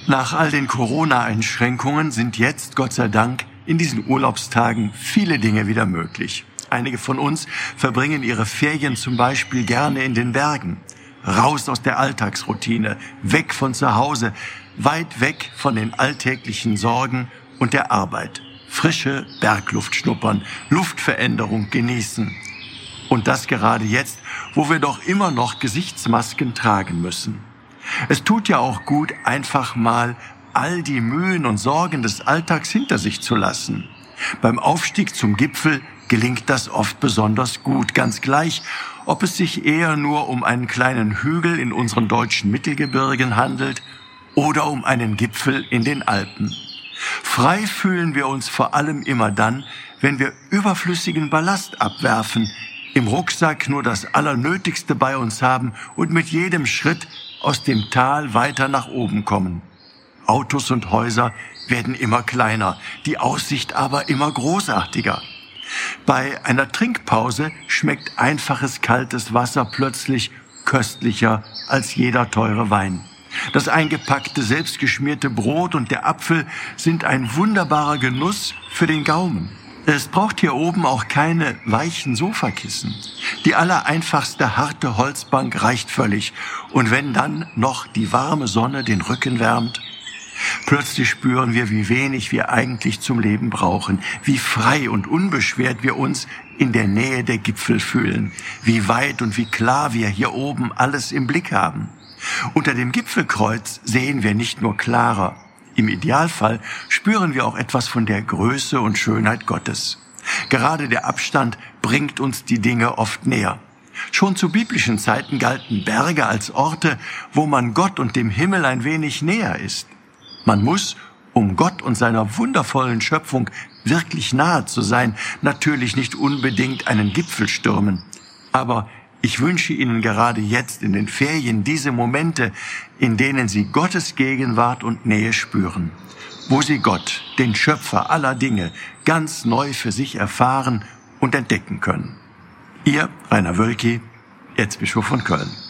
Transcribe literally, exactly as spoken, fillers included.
Nach all den Corona-Einschränkungen sind jetzt, Gott sei Dank, in diesen Urlaubstagen viele Dinge wieder möglich. Einige von uns verbringen ihre Ferien zum Beispiel gerne in den Bergen. Raus aus der Alltagsroutine, weg von zu Hause, weit weg von den alltäglichen Sorgen und der Arbeit. Frische Bergluft schnuppern, Luftveränderung genießen. Und das gerade jetzt, wo wir doch immer noch Gesichtsmasken tragen müssen. Es tut ja auch gut, einfach mal all die Mühen und Sorgen des Alltags hinter sich zu lassen. Beim Aufstieg zum Gipfel gelingt das oft besonders gut, ganz gleich, ob es sich eher nur um einen kleinen Hügel in unseren deutschen Mittelgebirgen handelt oder um einen Gipfel in den Alpen. Frei fühlen wir uns vor allem immer dann, wenn wir überflüssigen Ballast abwerfen, im Rucksack nur das Allernötigste bei uns haben und mit jedem Schritt aus dem Tal weiter nach oben kommen. Autos und Häuser werden immer kleiner, die Aussicht aber immer großartiger. Bei einer Trinkpause schmeckt einfaches kaltes Wasser plötzlich köstlicher als jeder teure Wein. Das eingepackte, selbstgeschmierte Brot und der Apfel sind ein wunderbarer Genuss für den Gaumen. Es braucht hier oben auch keine weichen Sofakissen. Die allereinfachste harte Holzbank reicht völlig. Und wenn dann noch die warme Sonne den Rücken wärmt, plötzlich spüren wir, wie wenig wir eigentlich zum Leben brauchen, wie frei und unbeschwert wir uns in der Nähe der Gipfel fühlen, wie weit und wie klar wir hier oben alles im Blick haben. Unter dem Gipfelkreuz sehen wir nicht nur klarer. Im Idealfall spüren wir auch etwas von der Größe und Schönheit Gottes. Gerade der Abstand bringt uns die Dinge oft näher. Schon zu biblischen Zeiten galten Berge als Orte, wo man Gott und dem Himmel ein wenig näher ist. Man muss, um Gott und seiner wundervollen Schöpfung wirklich nahe zu sein, natürlich nicht unbedingt einen Gipfel stürmen. Aber ich wünsche Ihnen gerade jetzt in den Ferien diese Momente, in denen Sie Gottes Gegenwart und Nähe spüren, wo Sie Gott, den Schöpfer aller Dinge, ganz neu für sich erfahren und entdecken können. Ihr Rainer Wölki, Erzbischof von Köln.